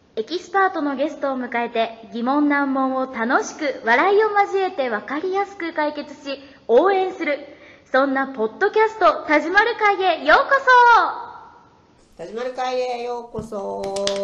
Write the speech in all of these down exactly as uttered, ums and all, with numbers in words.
エキスパートのゲストを迎えて疑問難問を楽しく笑いを交えて分かりやすく解決し応援する、そんなポッドキャスト田島る会へようこそ。 田島る会へようこそ。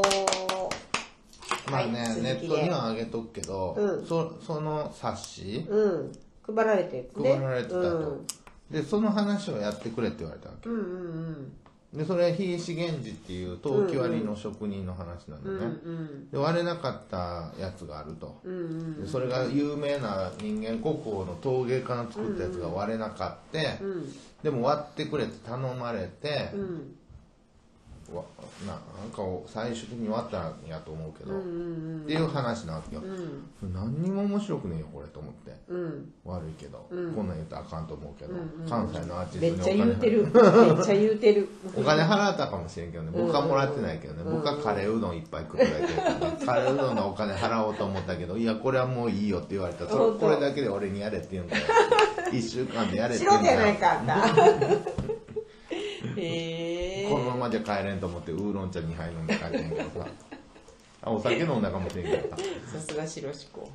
まあね、 はい、 ネットにはあげとくけど、 うん、 そ, その冊子、 うん、配られてる、ね、 配られてたと、うん、でその話をやってくれって言われたわけ、 うんうんうん、でそれは非石源氏っていう陶器割りの職人の話なんだよね、うんうん、で割れなかったやつがあると、うんうん、でそれが有名な人間国宝の陶芸家の作ったやつが割れなかった、うんうん、でも割ってくれって頼まれて、うんわ な, なんかを最終的に割ったんやと思うけど、うんうんうん、っていう話なわけよ、うん、何にも面白くねえよこれと思って、うん、悪いけど、うん、こんなん言うとあかんと思うけど、うんうん、関西のアーティストにお金めっちゃ言うてるめっちゃ言うてるお金払ったかもしれんけどね、僕はもらってないけどね、うんうん、僕はカレーうどんいっぱい食ってだけどね、カレーうどんのお金払おうと思ったけど、いやこれはもういいよって言われたら、それこれだけで俺にやれって言うんだよいっしゅうかんでやれって言うんだよ。 白じゃないかったへー、 このままじゃ帰れんと思ってウーロン茶にはい飲んで帰ってんけどさあ、お酒飲んだかもしれんけどささすが白志向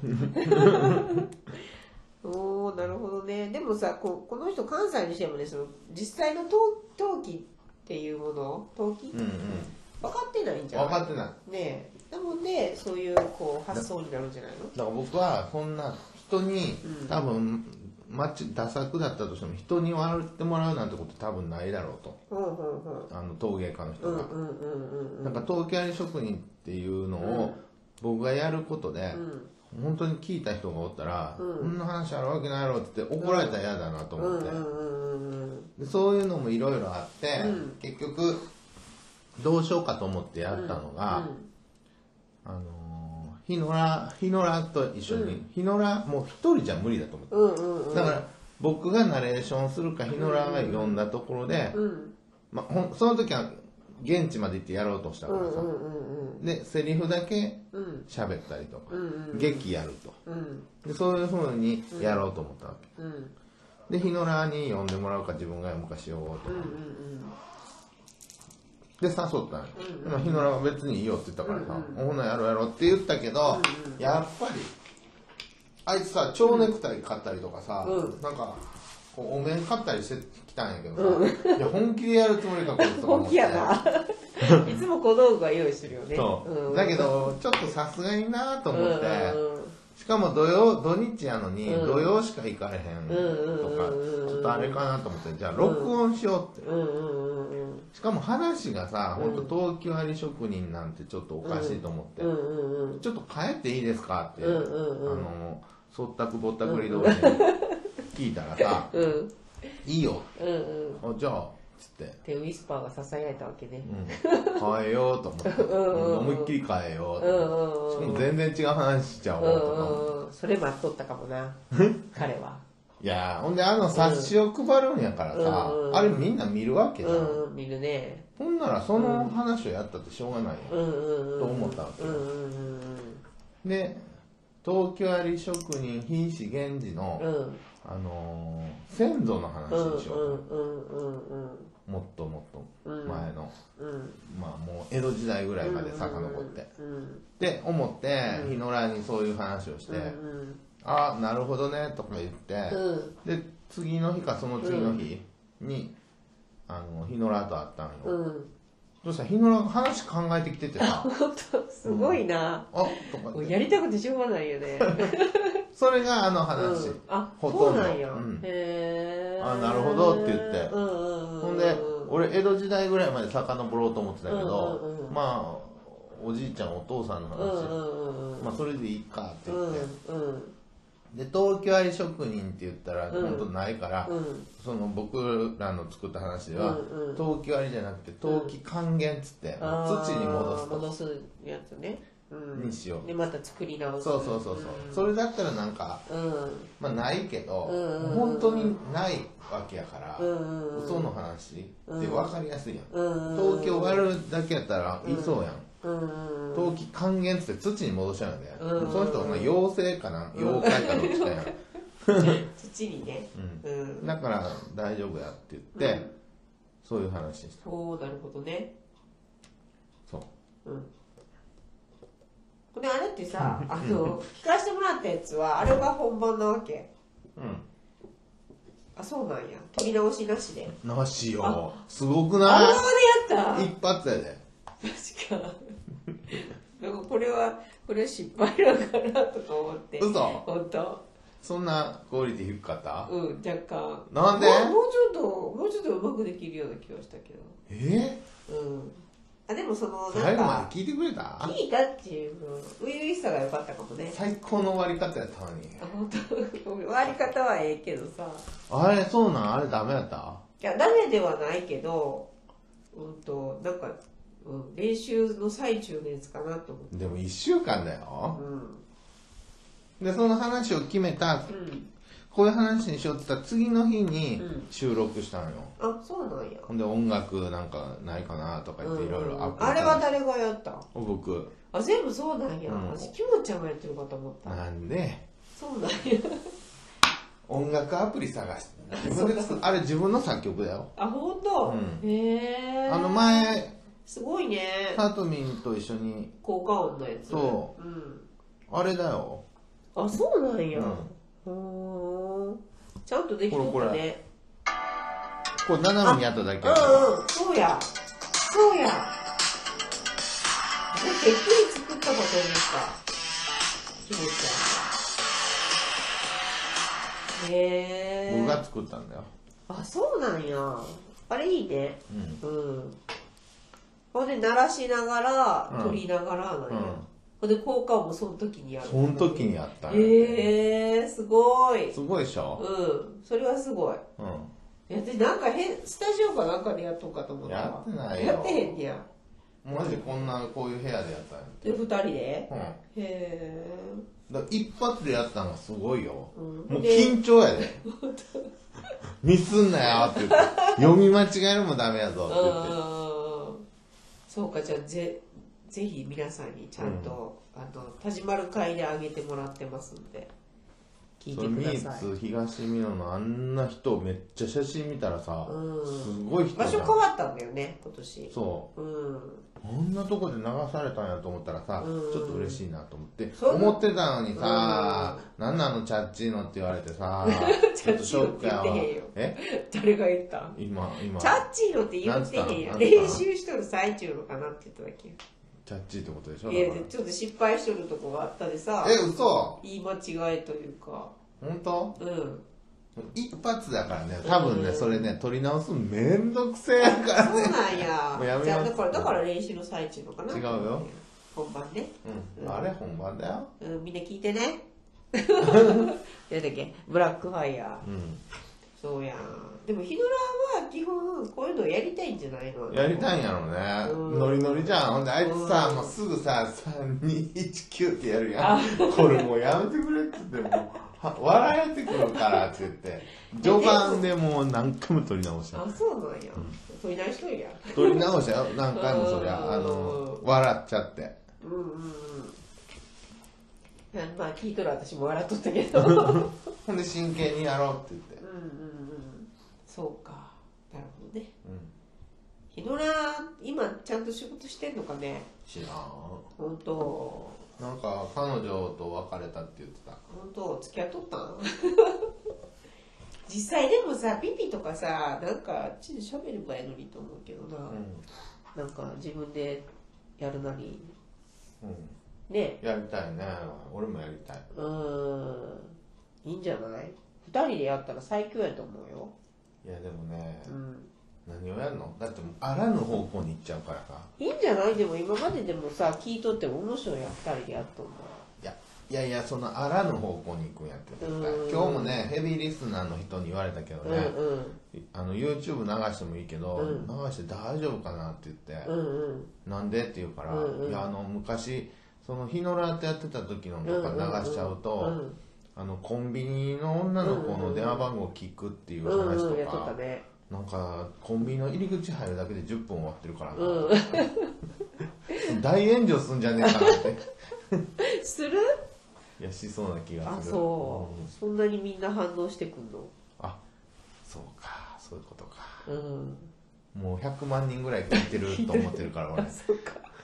おー、なるほどね。でもさ、こ, この人関西にしてもね、その実際の陶器っていうもの、陶器、うんうん、分かってないんじゃない？ 分かってないねえ、なのでそういうこう発想になるんじゃないの？ だから僕はそんな人に、うん、多分マッチダ作だったとしても人に笑ってもらうなんてこと多分ないだろうと、うんうんうん、あの陶芸家の人が、うんうんうんうん、なんか陶器割り職人っていうのを僕がやることで、うん、本当に聞いた人がおったら、うん、こんな話あるわけないやろって怒られたら嫌だなと思って、でそういうのもいろいろあって、うん、結局どうしようかと思ってやったのが、うんうん、あのヒノラ、ヒノラと一緒に、うん、ヒノラもう一人じゃ無理だと思って、うんうんうん、だから僕がナレーションするかヒノラが読んだところで、うんうんまあ、ほんその時は現地まで行ってやろうとしたからさ、うんうんうんうん、でセリフだけ喋ったりとか、うんうん、劇やると、うん、でそういう風にやろうと思ったわけ、うん、でヒノラに読んでもらうか自分が読むかしようとか、うんうんうんで誘ったのよ、うんうん、日野良が別にいいよって言ったからさ、うんうん、ほなやろうやろうって言ったけど、うんうん、やっぱりあいつさ蝶ネクタイ買ったりとかさ、うん、なんかこうお面買ったりしてきたんやけどさ、うん、いや本気でやるつもりかこいつとか思って本気やないつも小道具は用意するよね。 そう、うん、だけどちょっとさすがになと思って、うんうんしかも土曜土日やのに土曜しか行かれへんとか、ちょっとあれかなと思って、じゃあ録音しようって、しかも話がさ、ほんと陶器割り職人なんてちょっとおかしいと思って、ちょっと帰っていいですかって、あのそったくぼったくり同士に聞いたらさ、いいよ、あじゃあつってでウィスパーがささやいたわけね、 うん、変えようと思って思いっきり変えようと思って、しかも全然違う話しちゃおうとか、 うん、それ待っとったかもな彼は。 いやほんであの冊子を配るんやからさ、うん、あれみんな見るわけじゃん、 うん、見るね。 ほんならその話をやったってしょうがないよ、うん、と思ったわけよ、うん、で陶器割り職人非石源氏の、うんあのー、先祖の話にしようと、もっともっと前の、うんうん、まあもう江戸時代ぐらいまで遡って、うんうん、で思って、うん、日野良にそういう話をして、うんうん、ああなるほどねとか言って、うん、で次の日かその次の日に、うん、あの日野良と会ったのよ、うん、そしたら日野良が話考えてきててさ本当すごいな、うん、あとかやりたくてしょうがないよねそれがあの話、うん、 あほとんどそうなんや、うん、 へあなるほどって言って、うんうんうん、ほんで俺江戸時代ぐらいまで遡ろうと思ってたけど、うんうんうん、まあおじいちゃんお父さんの話、うんうんうん、まあそれでいいかって言って、うんうん、で陶器割り職人って言ったら本当ないから、うん、その僕らの作った話では、うんうん、陶器割りじゃなくて陶器還元っつって、うん、土に戻すと戻すやつね、うん、 にしようでまた作り直す。 そうそうそうそう、うん、それだったらなんか、うん、まあないけど、うん、本当にないわけやから、うん、嘘の話って分かりやすいやん、うん、陶器を割るだけやったらいそうやん、うん、陶器還元っつって土に戻しちゃうんだよ、うん、その人は妖精かな、うん、妖怪かどっちかやん土にね、 うんうん、だから大丈夫やって言って、うん、そういう話でした。 おーなるほどね。 そう、うんってさあの聞かせてもらったやつはあれが本番なわけ。うん。あ、そうなんや。撮り直しなしで。 なしよ。すごくない？ あのままでやった？ 一発やで。 確か。なんかこれはこれ失敗なのかなとか思って。 嘘？ 本当。 そんなクオリティ低かった？ うん、若干。 なんで？ もう、もうちょっともうちょっとうまくできるような気がしたけど。 えー？うん。あ、でもそのなんか最後まで聞いてくれた？ 聞いたっていうの初々しさが良かったかもね。 最高の終わり方やったのに。 あ、本当。終わり方はええけどさ。 あれそうなん？あれダメやった？ いやダメではないけど、うんとなんか、うん、練習の最中のやつかなと思って。 でもいっしゅうかんだよ。うん。でその話を決めた。うん。こういう話にしようって言ったら次の日に収録したのよ、 うん、あ、そうなんや。 ほんで音楽なんかないかなとか言っていろいろアップ、 あれは誰がやった？ 僕。 あ、全部そうなんや、うん、私キモちゃんがやってるかと思った。 なんでそうなんや。 音楽アプリ探して自分で作あれ自分の作曲だよ。 あ、ほんと、うん、へえ。 あの前すごいね。 さとみんと一緒に効果音のやつ。 そう、うん、あれだよ。 あ、そうなんや、うんちゃんとできとったね。 これ斜めにやっただけ。 うんうん、そうや。そうや。てっきり作ったこと思った。キモちゃん。へー。僕が作ったんだよ。 あ、そうなんや。あれいいね。うん。うん。ほんで鳴らしながら、撮りながらなんや。うんうんほんで効果音もその時にやる。 その時にやったんや。へえー、すごい。 すごいでしょ？ うん。それはすごい。うん。いや、私なんか変、スタジオかなんかでやっとんかと思った。 やってないよ。 やってへんねや。 マジでこんな、こういう部屋でやったんや。 で、二人で？うん。へえ。 だから一発でやったのがすごいよ。うん、もう緊張やで。ミスんなよって言って。読み間違えるもダメやぞって言って。 そうか、じゃあぜ、ぜひ皆さんにちゃんと、うん、あの田島る会であげてもらってますんで聞いてください。 ミーツ東美濃のあんな人めっちゃ写真見たらさ、うん、すごい人じゃん。場所変わったんだよね今年。 そう、うん、こんなとこで流されたんやと思ったらさ、うん、ちょっと嬉しいなと思って思ってたのにさ、うん、なんなのチャッチーノって言われてさちょっとショックやわ。 え誰が言った？ 今今チャッチーノって言ってへんやん。練習しとる最中のかなって言っただけ。 チャッチーってことでしょ？ いや、ちょっと失敗しとるとこがあったでさ。 え、嘘？ 言い間違いというか。 本当？ うん。 一発だからね、多分ね、うん、それね、撮り直すのめんどくせえやからね。 そうなんや。もうやめよう。じゃあ、だから、だから練習の最中のかな。 違うよ。 本番ね。 うん。あれ本番だよ。 うん、みんな聞いてね。なんだっけブラックファイヤー。うん。そうやん。でもヒドラは基本こういうのやりたいんじゃないの？ やりたいんやろうね、うん、ノリノリじゃん。ほんであいつさ、うん、もうすぐささんにいちきゅうってやるやん。これもうやめてくれって言っても笑えてくるからって言って序盤でもう何回も撮り直した。 あ、そうなんや、うん、撮り直しとるやん。 撮り直したよ何回も。そりゃあの笑っちゃってうんうんうんまあ聞いとる私も笑っとったけどほんで真剣にやろうって言って。 うんうんうんそうかなるほどね。うんヒドラ今ちゃんと仕事してんのかね。 知らん。 本当。 なんか彼女と別れたって言ってた。 本当付き合っとったん実際でもさピピとかさなんかあっちで喋ればいいのにと思うけどな、うん、なんか自分でやるなり、うんね、 やりたいね。俺もやりたい。 うんいいんじゃない。二人でやったら最強やと思うよ。 いやでもね、うん、何をやるの？だってもうあらぬ方向に行っちゃうからさ。 いいんじゃない。でも今まででもさ聞いとっても面白いや二人でやっとんの。 いやいやいやそのあらぬ方向に行くんやって今日もねヘビーリスナーの人に言われたけどね、うんうん、あの YouTube 流してもいいけど、うん、流して大丈夫かなって言って、うんうん、なんでって言うから、うんうん、いやあの昔そのヒノラってやってた時のとか流しちゃうと、うんうんうん、あのコンビニの女の子の電話番号を聞くっていう話とか、うんうんうんね、なんかコンビニの入り口入るだけでじゅっぷん終わってるからな、うん、大炎上すんじゃねえかなってする？ いやしそうな気がする。 あそう、うん、そんなにみんな反応してくんの？ あそうかそういうことか、うん、もうひゃくまんにんぐらい聞いてると思ってるから俺そうか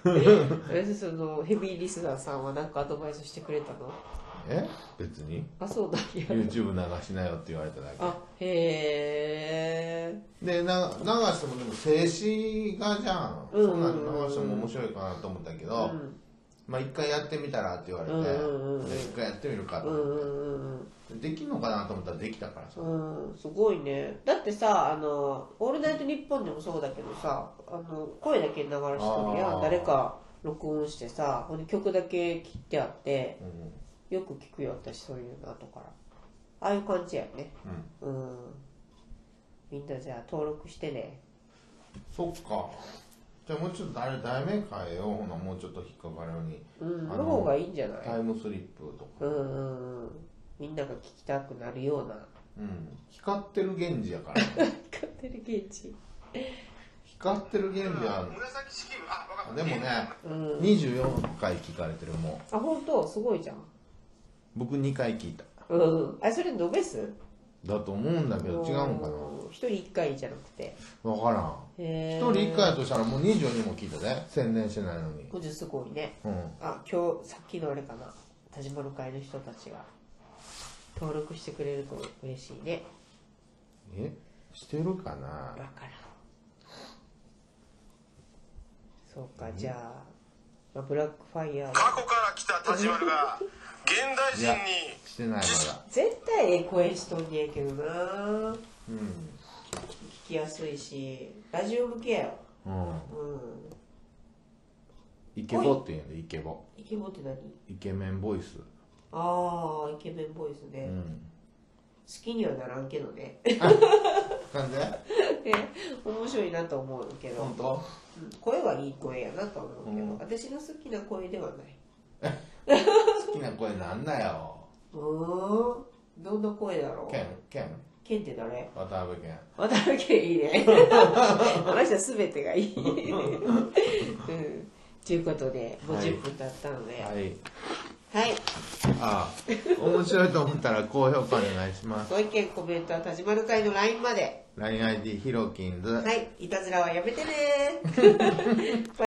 そのヘビーリスナーさんは何かアドバイスしてくれたの？ え別にあ、そうだ。 YouTube 流しなよって言われただけ。 あ、へえ。でな流してもでも静止画じゃん、うんうんうんうん、そんなの流しても面白いかなと思ったけど、うん、まあ一回やってみたらって言われて、うんうんうん、で一回やってみるかと思って、うんうんうん、できんのかなと思ったらできたからさ、 うん、すごいね。だってさ、あのオールナイトニッポンでもそうだけどさ、あの声だけ流してるやん。誰か録音してさ、ほんで曲だけ切ってあって、うん、よく聞くよ私そういうの後から。ああいう感じやね、うん、うん、みんなじゃあ登録してね。 そっか。じゃあもうちょっと題名変えよう。ほなもうちょっと引っかかるように、 うん、の方がいいんじゃない？ タイムスリップとか、 うんうんうん、みんなが聞きたくなるような、 うん、光ってる源氏やから光ってる源氏光ってる源氏はでもね、うん、にじゅうよんかい聞かれてる。もうあ、本当すごいじゃん。 僕にかい聞いた。 うん、あ、それノベスだと思うんだけど違うのかな。 一人一回じゃなくて分からん。一人一回としたらもうにじゅうにも聞いたね、宣伝してないのに。 ごじゅうすごいね、うん、あ、今日さっきのあれかな、田島の会の人たちが登録してくれると嬉しいね。 え、してるかな。 分からん。そうか、じゃあ、まあ、ブラックファイヤー過去から来た田島が現代人にしてない。まだ絶対ええ声しとんねやけどな、うん、聞きやすいしラジオ向けやよ、うんうん、 イケボって言うんで。イケボイケボって何？ イケメンボイス。 ああ、イケメンボイスね、うん、好きにはならんけどねなんで面白いなと思うけど。 本当？ うん、声はいい声やなと思うけど、うん、私の好きな声ではない好きな声なんだよ。 うーん、どんな声だろう。 ケンケンケンって誰？ 渡辺謙。 渡辺謙いいねあの人は全てがいいうんということでごじゅっぷん経ったので、はい、はい、 ああ、面白いと思ったら高評価お願いします。 ご意見コメントは田島の会の ライン まで。 ラインアイディー ヒロキンズ。 はい、いたずらはやめてね